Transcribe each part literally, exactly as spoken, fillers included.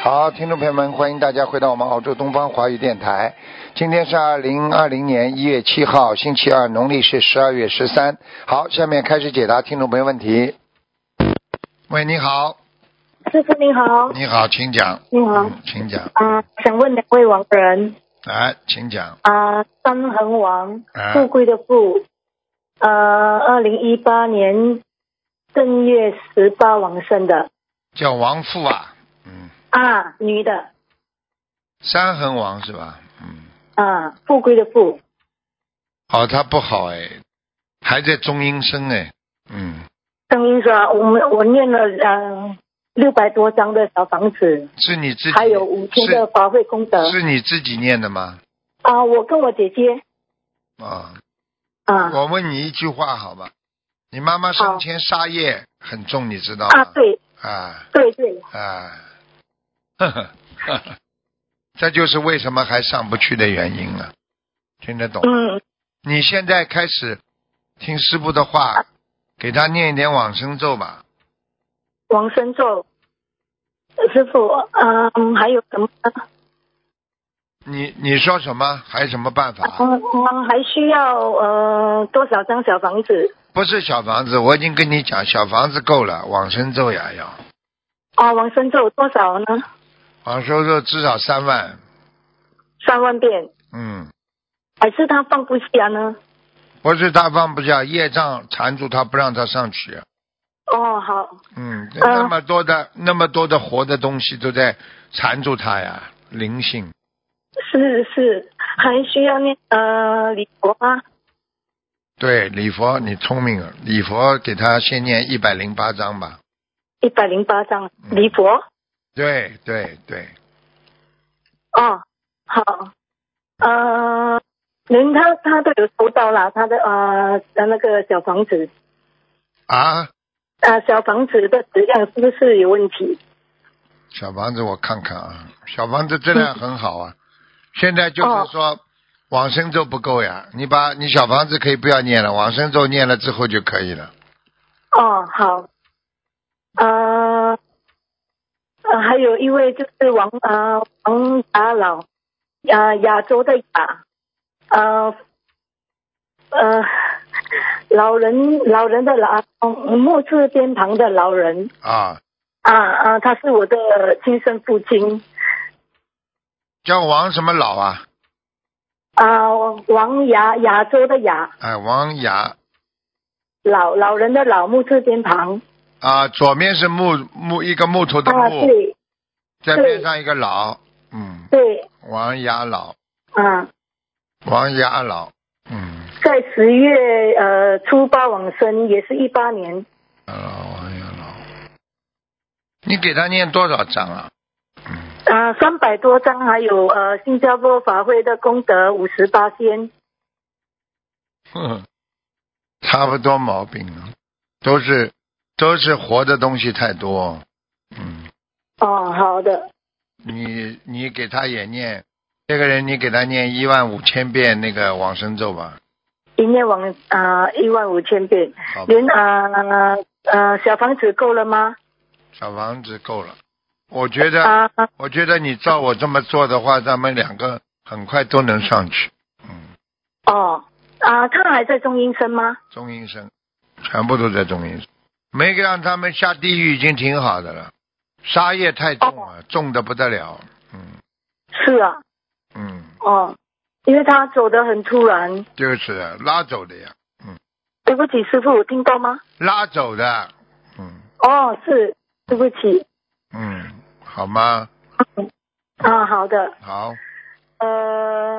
好，听众朋友们，欢迎大家回到我们澳洲东方华语电台。今天是二零二零年一月七号，星期二，农历是十二月十三。好，下面开始解答听众朋友问题。喂，你好。 师傅你好。 你好，请讲。 你好。 嗯、请讲。 啊、呃，想问两位王人。 来，请讲。 啊、呃，三横王， 啊、 富贵的富。呃，二零一八年正月十八往生的。 叫王富啊。嗯。 啊，女的。 三横王是吧？嗯。 啊，富贵的富。 哦，他不好哎，还在中阴身哎。嗯。 中阴身，我们我念了呃六百多张的小房子。 是你自己？ 还有五天的法会功德。 是你自己念的吗？ 啊，我跟我姐姐。 啊。 啊。 我问你一句话好吧？你妈妈生前杀业很重，你知道吗？ 啊，对。 啊。 对对。 啊。呵呵呵呵，这就是为什么还上不去的原因了，听得懂？ 嗯。你现在开始听师父的话，啊、给他念一点往生咒吧。 往生咒，师父，嗯，还有什么？ 你你说什么？还有什么办法？ 嗯，我还需要呃多少张小房子？ 不是小房子，我已经跟你讲，小房子够了，往生咒呀要。 哦，往生咒多少呢？ 往生咒至少三万。 三万遍。 嗯。 还是他放不下呢？ 不是他放不下，业障缠住他，不让他上去。 哦，好。 嗯，那么多的、呃、那么多的活的东西都在缠住他呀，灵性。 是是，还需要念呃礼佛吗？ 对，礼佛你聪明了，礼佛给他先念一百零八章吧。 一百零八章礼佛。嗯、 对对对。 哦，好，呃，人他他都有收到了，他的呃那个小房子。 啊。 啊，小房子的质量是不是有问题？ 小房子我看看啊，小房子质量很好啊。嗯、现在就是说、哦、往生咒不够呀，你把你小房子可以不要念了，往生咒念了之后就可以了。 哦，好。呃呃，还有一位就是王呃王雅老，亚亚洲的亚，呃呃。老人，老人的老，木字边旁的老人啊啊啊，他是我的亲生父亲。 叫王什么老啊？ 啊，王亚，亚洲的亚。 哎，王亚。 老老人的老，木字边旁。 啊，左面是木木一个木头的木。 啊，对。 在边上一个老，嗯。 对。 王亚老。 啊。 王亚老，嗯。 在十月呃初八往生，也是一八年。 啊，王亚老，你给他念多少章啊？ 嗯。啊，三百多章，还有呃新加坡法会的功德五十八仙。 哼，差不多毛病了，都是都是活的东西太多，嗯。 哦，好的。 你你给他也念，这个人你给他念一万五千遍那个往生咒吧。 一念往啊一万五千遍，连啊呃小房子够了吗？ 小房子够了，我觉得、啊、我觉得你照我这么做的话，咱们两个很快都能上去。嗯。 哦啊，他还在中阴身吗？ 中阴身，全部都在中阴身，没让他们下地狱已经挺好的了，杀业太重了，哦、重的不得了。嗯。 是啊。 嗯。 哦。因为他走得很突然， 就是拉走的呀，嗯。 对不起，师傅，听到吗？ 拉走的，嗯。 哦，是，对不起。 嗯，好吗？ 嗯、啊，好的。 好。 呃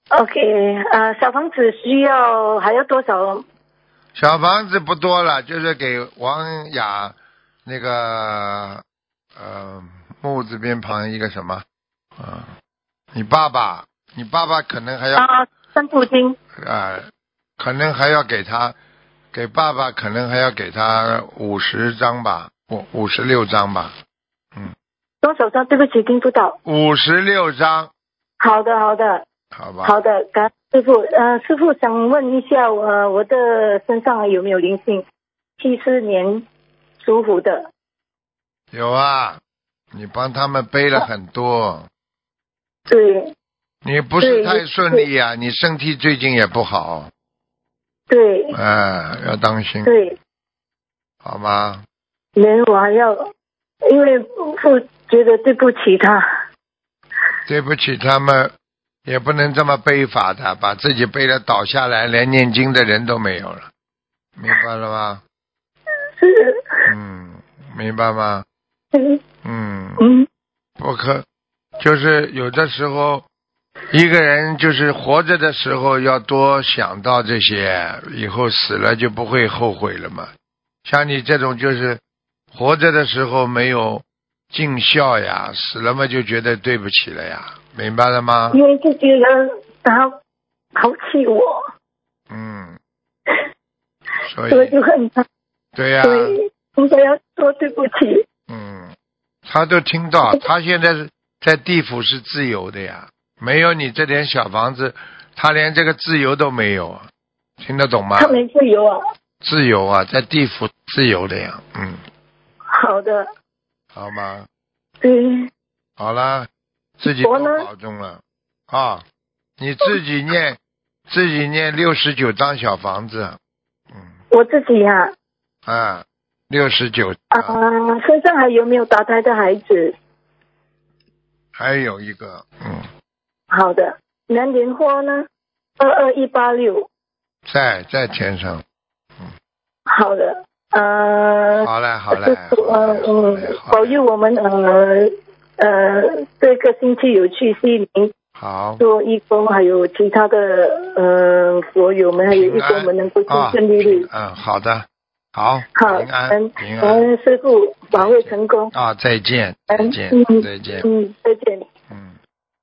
，OK， 呃，小房子需要还要多少？ 小房子不多了，就是给王雅那个呃木字边旁一个什么啊、呃，你爸爸。你爸爸可能还要啊，生父亲啊，可能还要给他，给爸爸可能还要给他五十张吧，五五十六张吧，嗯。 多少张？对不起，听不到。 五十六张。 好的，好的。 好吧。 好的，感师傅，呃，师傅想问一下，呃，我的身上有没有灵性？七四年属虎的。 有啊， 你帮他们背了很多。 对。 你不是太顺利呀、啊，你身体最近也不好。 对。 哎，要当心。 对。 好吗？ 没有，我还要，因为父觉得对不起他。 对不起他们，也不能这么背法的，把自己背得倒下来，连念经的人都没有了，明白了吗？ 是。 嗯，明白吗？ 嗯。 嗯。 嗯。 不可，就是有的时候，一个人就是活着的时候要多想到这些，以后死了就不会后悔了嘛。像你这种就是活着的时候没有尽孝呀，死了嘛就觉得对不起了呀，明白了吗？ 因为就觉得他抛弃我。 嗯。所以。 所以就恨他。 对呀、啊。 所以应该要说对不起。 嗯。他都听到，他现在是在地府是自由的呀，没有你这点小房子，他连这个自由都没有，听得懂吗？ 他没自由啊。 自由啊，在地府自由的呀。嗯。 好的。 好吗？ 对。 好了，自己多保重了啊！你自己念，自己念六十九张小房子。嗯。 我自己呀、 啊。啊，六十九。 啊，身上还有没有打胎的孩子？ 还有一个，嗯。 好的，那莲花呢？二二一八六。 在在天上。嗯。 好的，呃。 好嘞，好嘞。 呃嗯，保佑我们呃呃这个星期有去悉尼。 好。 做义工，还有其他的呃所有们还有义工们能够顺顺利利。 嗯，好的。好。 好， 平安平安。 嗯，师父保卫成功。 啊，再见再见、 嗯、 再见。 嗯，再见。 嗯。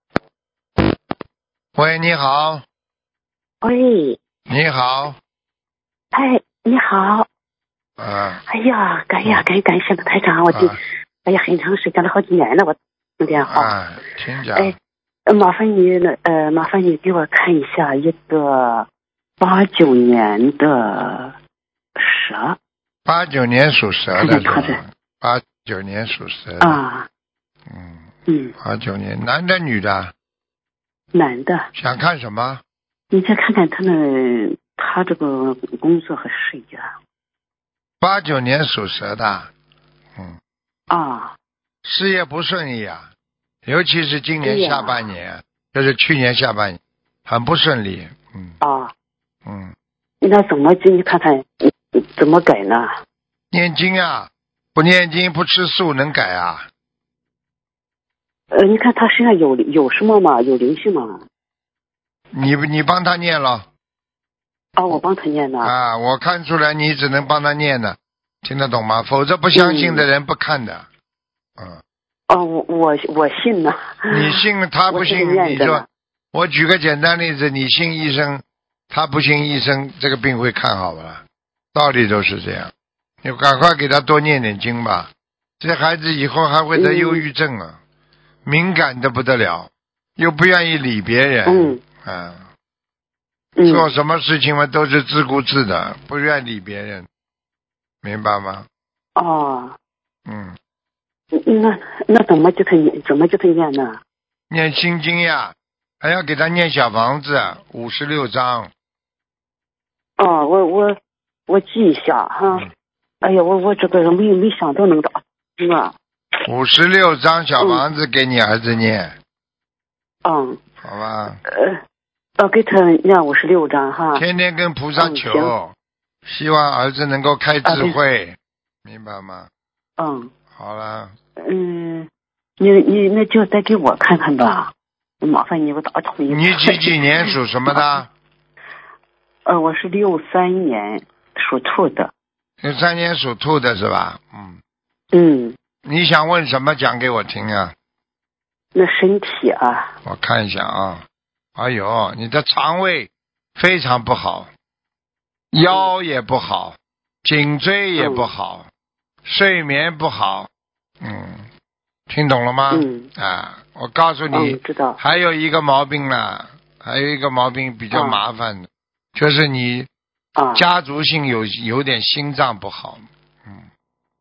喂，你好。 喂。 你好。 哎，你好。 啊。 哎呀，感呀感感谢台长，我就、啊、哎呀很长时间了，好几年了，我打电话。 啊，请讲。 哎，麻烦你呢，呃，麻烦你给我看一下一个八九年的蛇。 八九年属蛇的是吧？八九年属蛇的。 啊。 嗯。 嗯。 八九年，男的女的？ 男的。 想看什么？ 你再看看他呢，他这个工作和事业。 八九年属蛇的。嗯。 啊。 事业不顺利啊，尤其是今年下半年，啊、就是去年下半年，很不顺利。嗯。 啊。 嗯。 那怎么就你看看怎么改呢？ 念经啊，不念经不吃素能改啊？ 呃，你看他身上有有什么吗？有灵性吗？ 你你帮他念了。 啊，我帮他念的。 啊，我看出来你只能帮他念的，听得懂吗？否则不相信的人不看的。嗯。 哦，我我我信呢。 你信他不信？你说，我举个简单例子，你信医生，他不信医生，这个病会看好吧？道理都是这样。你赶快给他多念点经吧，这孩子以后还会得忧郁症啊，嗯、敏感的不得了，又不愿意理别人。 嗯。 啊。 嗯。 做什么事情嘛都是自顾自的，不愿理别人，明白吗？ 哦。 嗯。 那那怎么就他念？怎么就他念呢？ 念心经呀，还要给他念小房子五十六章。 哦，我我我记一下哈。嗯、哎呀，我我这个没没想到能打啊。 五十六章小房子给你儿子念。 嗯。 好吧。 呃，要给他念五十六章哈。 天天跟菩萨求，嗯、希望儿子能够开智慧，啊、明白吗？ 嗯。 好了。 嗯，你你那就再给我看看吧，麻烦你我打通一。 你几几年属什么的？ 呃，我是六三年属兔的。 六三年属兔的是吧？嗯。 嗯。 你想问什么？讲给我听啊。 那身体啊。 我看一下啊。哎呦，你的肠胃非常不好，腰也不好，颈椎也不好，嗯、睡眠不好。嗯，听懂了吗？ 嗯。 啊，我告诉你， 嗯、知道。 还有一个毛病呢，还有一个毛病比较麻烦的，啊、就是你家族性有有点心脏不好。嗯。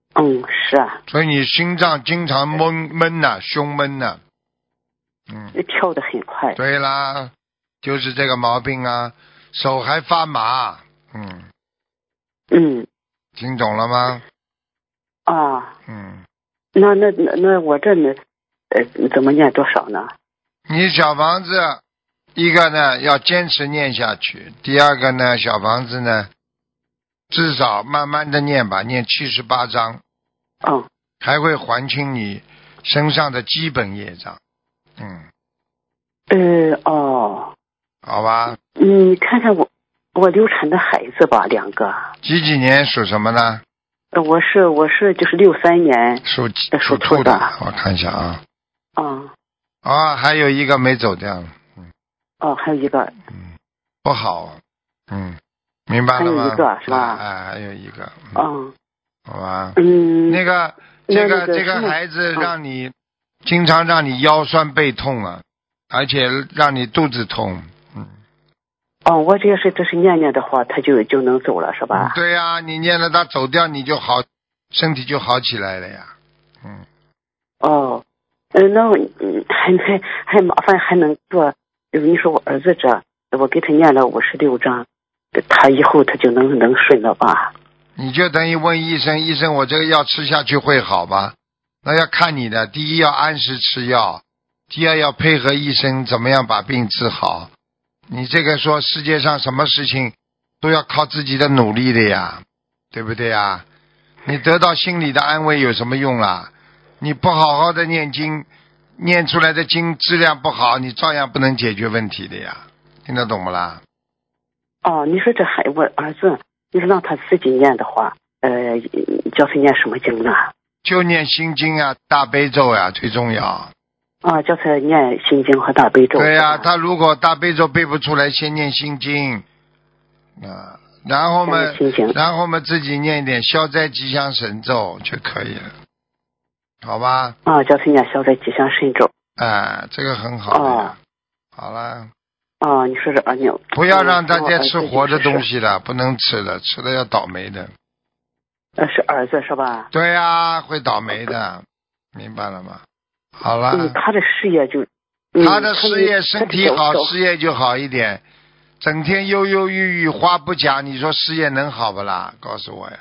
嗯，是啊。 所以你心脏经常闷闷呐、胸闷呐、嗯， 跳得很快。 对啦，就是这个毛病啊，手还发麻，嗯嗯。 听懂了吗？ 啊。 嗯， 那那那那我这呢，呃，怎么念多少呢？ 你小房子一个呢要坚持念下去，第二个呢小房子呢至少慢慢的念吧，念七十八章， 嗯， 还会还清你身上的基本业障。嗯， 呃哦， 好吧。 你看看我我流产的孩子吧，两个。 几几年属什么呢？ 呃我是我是就是六三年属的属兔兔的。 我看一下啊。 啊。 啊，还有一个没走掉。嗯。 哦，还有一个。 嗯，不好。嗯，明白了吗？ 还有一个是吧？ 哎、啊，还有一个。 嗯。 嗯、好吧。 嗯。 那个这个、 那个、 这个孩子让你、嗯、经常让你腰酸背痛啊，而且让你肚子痛。嗯。 哦，我这是这是念念的话，他就就能走了，是吧？ 嗯、对呀、啊，你念了他走掉，你就好，身体就好起来了呀。嗯。 哦，嗯、呃，那嗯还还还麻烦还能做，你说我儿子这，我给他念了五十六章，他以后他就能能顺了吧？ 你就等于问医生，医生我这个药吃下去会好吗？那要看你的，第一要按时吃药，第二要配合医生怎么样把病治好。你这个说世界上什么事情都要靠自己的努力的呀，对不对呀？你得到心理的安慰有什么用啦？你不好好的念经，念出来的经质量不好，你照样不能解决问题的呀，听得懂不啦？ 哦，你说这还我儿子，你说让他自己念的话，呃，叫他念什么经呢？ 就念心经啊，大悲咒呀、啊，最重要。 啊，叫他念心经和大悲咒。 对呀、啊，他如果大悲咒背不出来，先念心经啊，然后嘛，然后嘛自己念一点消灾吉祥神咒就可以了，好吧？ 啊，叫他念消灾吉祥神咒。 哎，这个很好的呀。哦、好了。 哦，你说这啊，你不要让大家吃活的东西了，不能吃了，吃了要倒霉的。 呃，是儿子是吧？ 对呀、啊，会倒霉的，明白了吗？好了。 嗯，他的事业就， 嗯、他的事业身体好，事业就好一点。整天忧忧郁郁，话不讲，你说事业能好不啦？告诉我呀。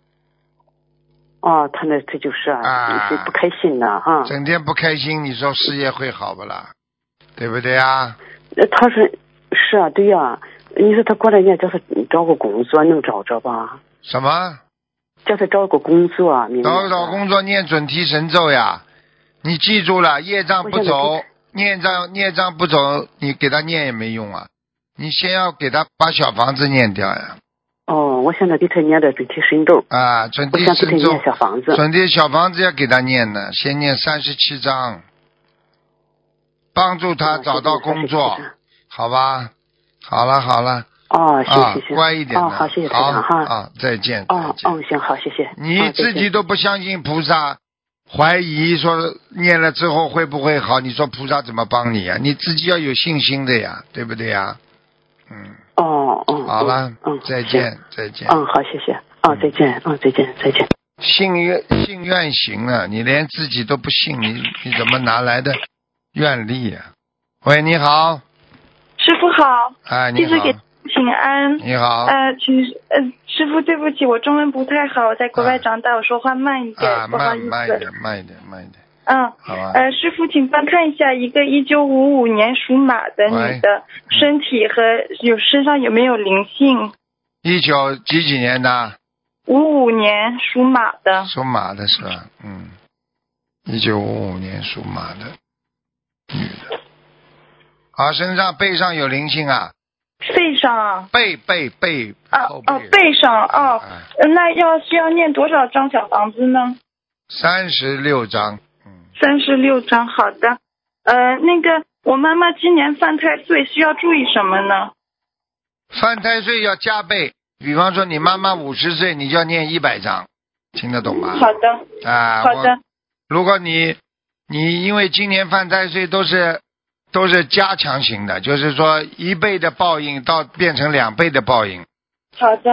哦，他那这就是啊，不开心呢哈。 整天不开心，你说事业会好不啦？对不对啊？ 他说是啊，对呀、啊。你说他过来念，叫他找个工作，能找着吧？ 什么？ 叫他找个工作，明白？ 找找工作，念准提神咒呀！你记住了，业障不走，念障业障不走，你给他念也没用啊！你先要给他把小房子念掉呀。 哦，我现在给他念的准提神咒啊，准提神咒， 小房子， 准提小房子要给他念的，先念三十七章，帮助他找到工作，哦、好吧？好了好了。 哦，行行行， 乖一点的。 哦，好，谢谢台长哈。 啊，再见。 哦哦，行，好，谢谢。 你自己都不相信菩萨，怀疑说念了之后会不会好？你说菩萨怎么帮你呀？你自己要有信心的呀，对不对呀？嗯。 哦哦。 好了， 嗯， 再见再见。 嗯，好，谢谢。哦，再见，嗯，再见再见。 信愿信愿行了，你连自己都不信，你你怎么拿来的愿力呀？喂，你好。 师父好。 哎，你好。 弟子给请安。 你好。 呃，请呃师父，对不起，我中文不太好，我在国外长大，啊、我说话慢一点， 啊、 不好意思。 慢慢一点，慢一点，慢一点。 嗯， 好吧。 呃，师父，请帮看一下一个一九五五年属马的女的身体和有身上有没有灵性？ 一九几几年的？ 五五年属马的。 属马的是吧？嗯，一九五五年属马的女的。啊，身上背上有灵性啊。 背上。 背背背。 啊哦，背上哦、 哎， 那要需要念多少张小房子呢？ 三十六张。 三十六张，好的。呃，那个我妈妈今年犯太岁，需要注意什么呢？ 犯太岁要加倍，比方说你妈妈五十岁，你就要念一百张，听得懂吗？ 好的。 啊， 好的。 如果你你因为今年犯太岁都是都是加强型的，就是说一倍的报应到变成两倍的报应。 好的，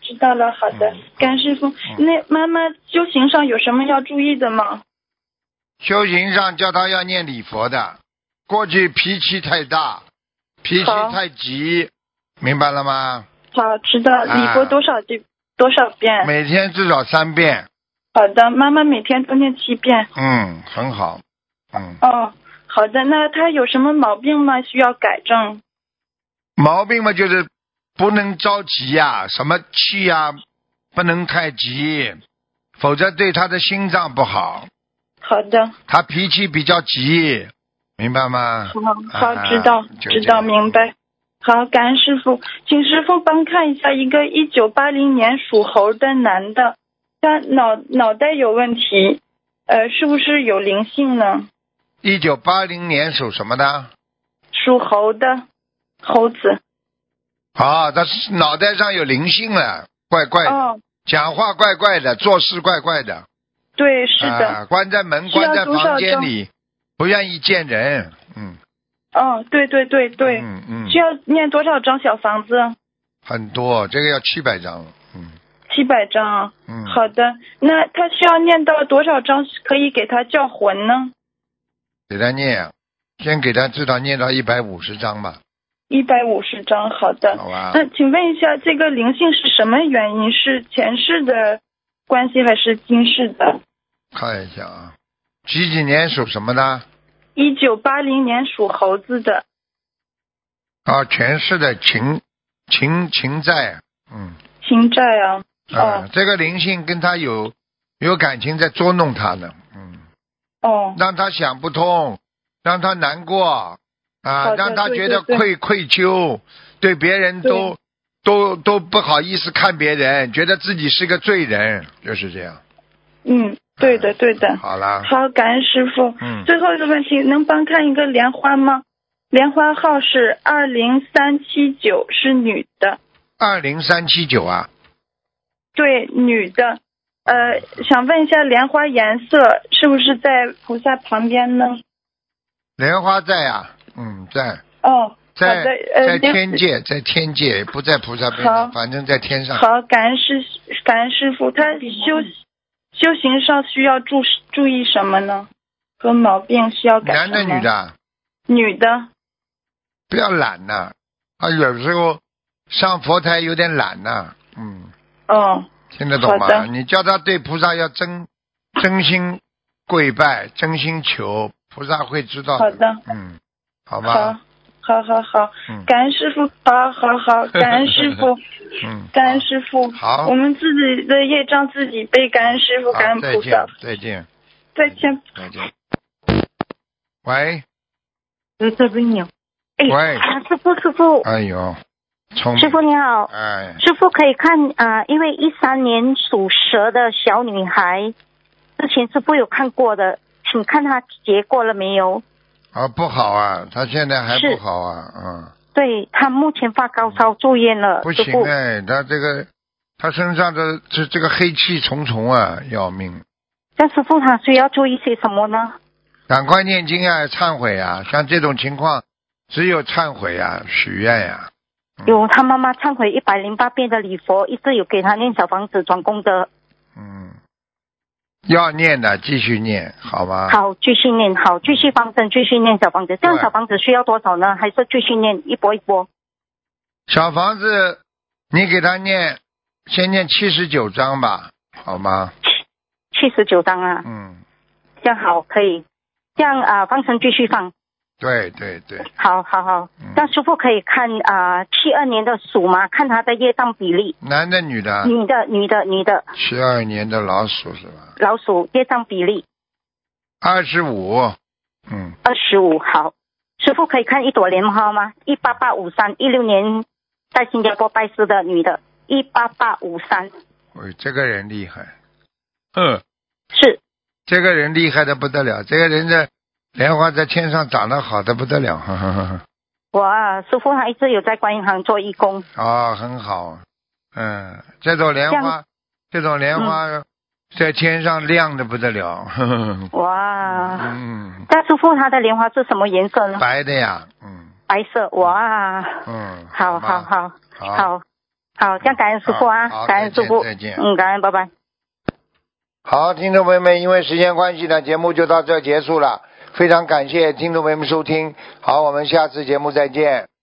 知道了，好的， 嗯、 感恩师傅。 嗯、 那妈妈修行上有什么要注意的吗？ 修行上叫他要念礼佛的，过去脾气太大，脾气太急，明白了吗？ 好，知道。礼佛多少句、啊、多少遍？ 每天至少三遍。 好的，妈妈每天都念七遍。 嗯，很好。嗯。 哦，好的。那他有什么毛病吗？需要改正？ 毛病嘛，就是不能着急呀、啊，什么气呀、啊，不能太急，否则对他的心脏不好。 好的。 他脾气比较急，明白吗？ 好，好，知道，啊、知道，明白。好，感恩师傅，请师傅帮看一下一个一九八零年属猴的男的，他脑脑袋有问题，呃，是不是有灵性呢？ 一九八零年属什么的？ 属猴的猴子。 啊，他脑袋上有灵性了，怪怪的，哦、讲话怪怪的，做事怪怪的。 对，是的。 啊、关在门，关在房间里，不愿意见人。嗯。 哦，对对对对。 嗯嗯。 需要念多少张小房子？ 很多，这个要七百张。嗯。 七百张。 嗯。 好的，那他需要念到多少张可以给他叫魂呢？ 给他念，先给他至少念到一百五十张吧。 一百五十张，好的。 好吧。 那请问一下，这个灵性是什么原因？是前世的关系还是今世的？ 看一下啊，几几年属什么的？ 一九八零年属猴子的。 啊，前世的情情情债，嗯。 情债啊。 啊、哦，这个灵性跟他有有感情，在捉弄他呢，嗯。 哦。 让他想不通，让他难过啊，让他觉得愧对对对愧疚，对别人都都都不好意思看别人，觉得自己是个罪人，就是这样。 嗯。对的，对的。 好啦。 好，感恩师傅。 嗯。 最后一个问题，能帮看一个莲花吗？莲花号是二零三七九，是女的。 二零三七九啊？ 对，女的。呃，想问一下莲花颜色是不是在菩萨旁边呢？ 莲花在啊，嗯，在。 哦。 在好的，呃， 在天界，在天界，不在菩萨边上，反正在天上。 好，感恩师感恩师傅，他修。修行上需要注注意什么呢？和毛病需要改什么？ 男的女的？ 女的。 不要懒呐、啊，他有时候上佛台有点懒呐、啊，嗯。 哦。 听得懂吗？你叫他对菩萨要真真心跪拜，真心求，菩萨会知道的。 好的。 嗯，好吧。 好，好，好，好， 嗯、 感恩师傅，好好好，感恩师傅。 嗯， 感恩师傅。 好， 我们自己的业障自己背，感恩师傅，感恩菩萨。 再见， 再见， 再见。喂。 有这边有。哎， 喂。 啊，师傅，师傅。 哎呦， 师傅你好。 哎。 师傅可以看啊、呃，因为一三年属蛇的小女孩，之前师傅有看过的，请看她结过了没有？ 啊，不好啊，她现在还不好啊，嗯。 对，他目前发高烧住院了。 不行哎，他这个他身上的这这个黑气重重啊，要命。 那师傅他需要注意些什么呢？ 赶快念经啊，忏悔啊，像这种情况只有忏悔啊，许愿呀、 啊嗯。有他妈妈忏悔一百零八遍的礼佛，一直有给他念小房子转功德。 嗯。要念的继续念好吗？ 好，继续念，好，继续放生，继续念小房子。这样小房子需要多少呢？还是继续念一波一波？ 小房子你给他念，先念七十九章吧，好吗？ 七十九章啊。 嗯。 这样好，可以。这样啊、呃，放生继续放。 对对对。 好好好，那、嗯、师傅可以看啊，七、呃、二年的鼠吗？看他的业障比例。 男的女的？ 女的女的女的。 七二年的老鼠是吧？ 老鼠业障比例。 二十五。嗯。 二十五，好。师傅可以看一朵莲花吗？一八八五三，一六年在新加坡拜师的女的，一八八五三。 喂，这个人厉害。嗯。 是。 这个人厉害的不得了，这个人的莲花在天上长得好的不得了。呵呵呵。 哇，师傅他一直有在观音堂做义工。 啊、哦，很好。嗯，这种莲花，这种莲花、嗯、在天上亮的不得了。呵呵哇。 嗯。 那师傅他的莲花是什么颜色呢？ 白的呀。嗯。 白色，哇。 嗯。 好好好好。 好好，这样感恩师傅啊， 好好感恩师傅， 再见再见嗯，感恩，拜拜。 好，听众朋友们，因为时间关系呢，节目就到这儿结束了。非常感谢听众朋友们收听，好，我们下次节目再见。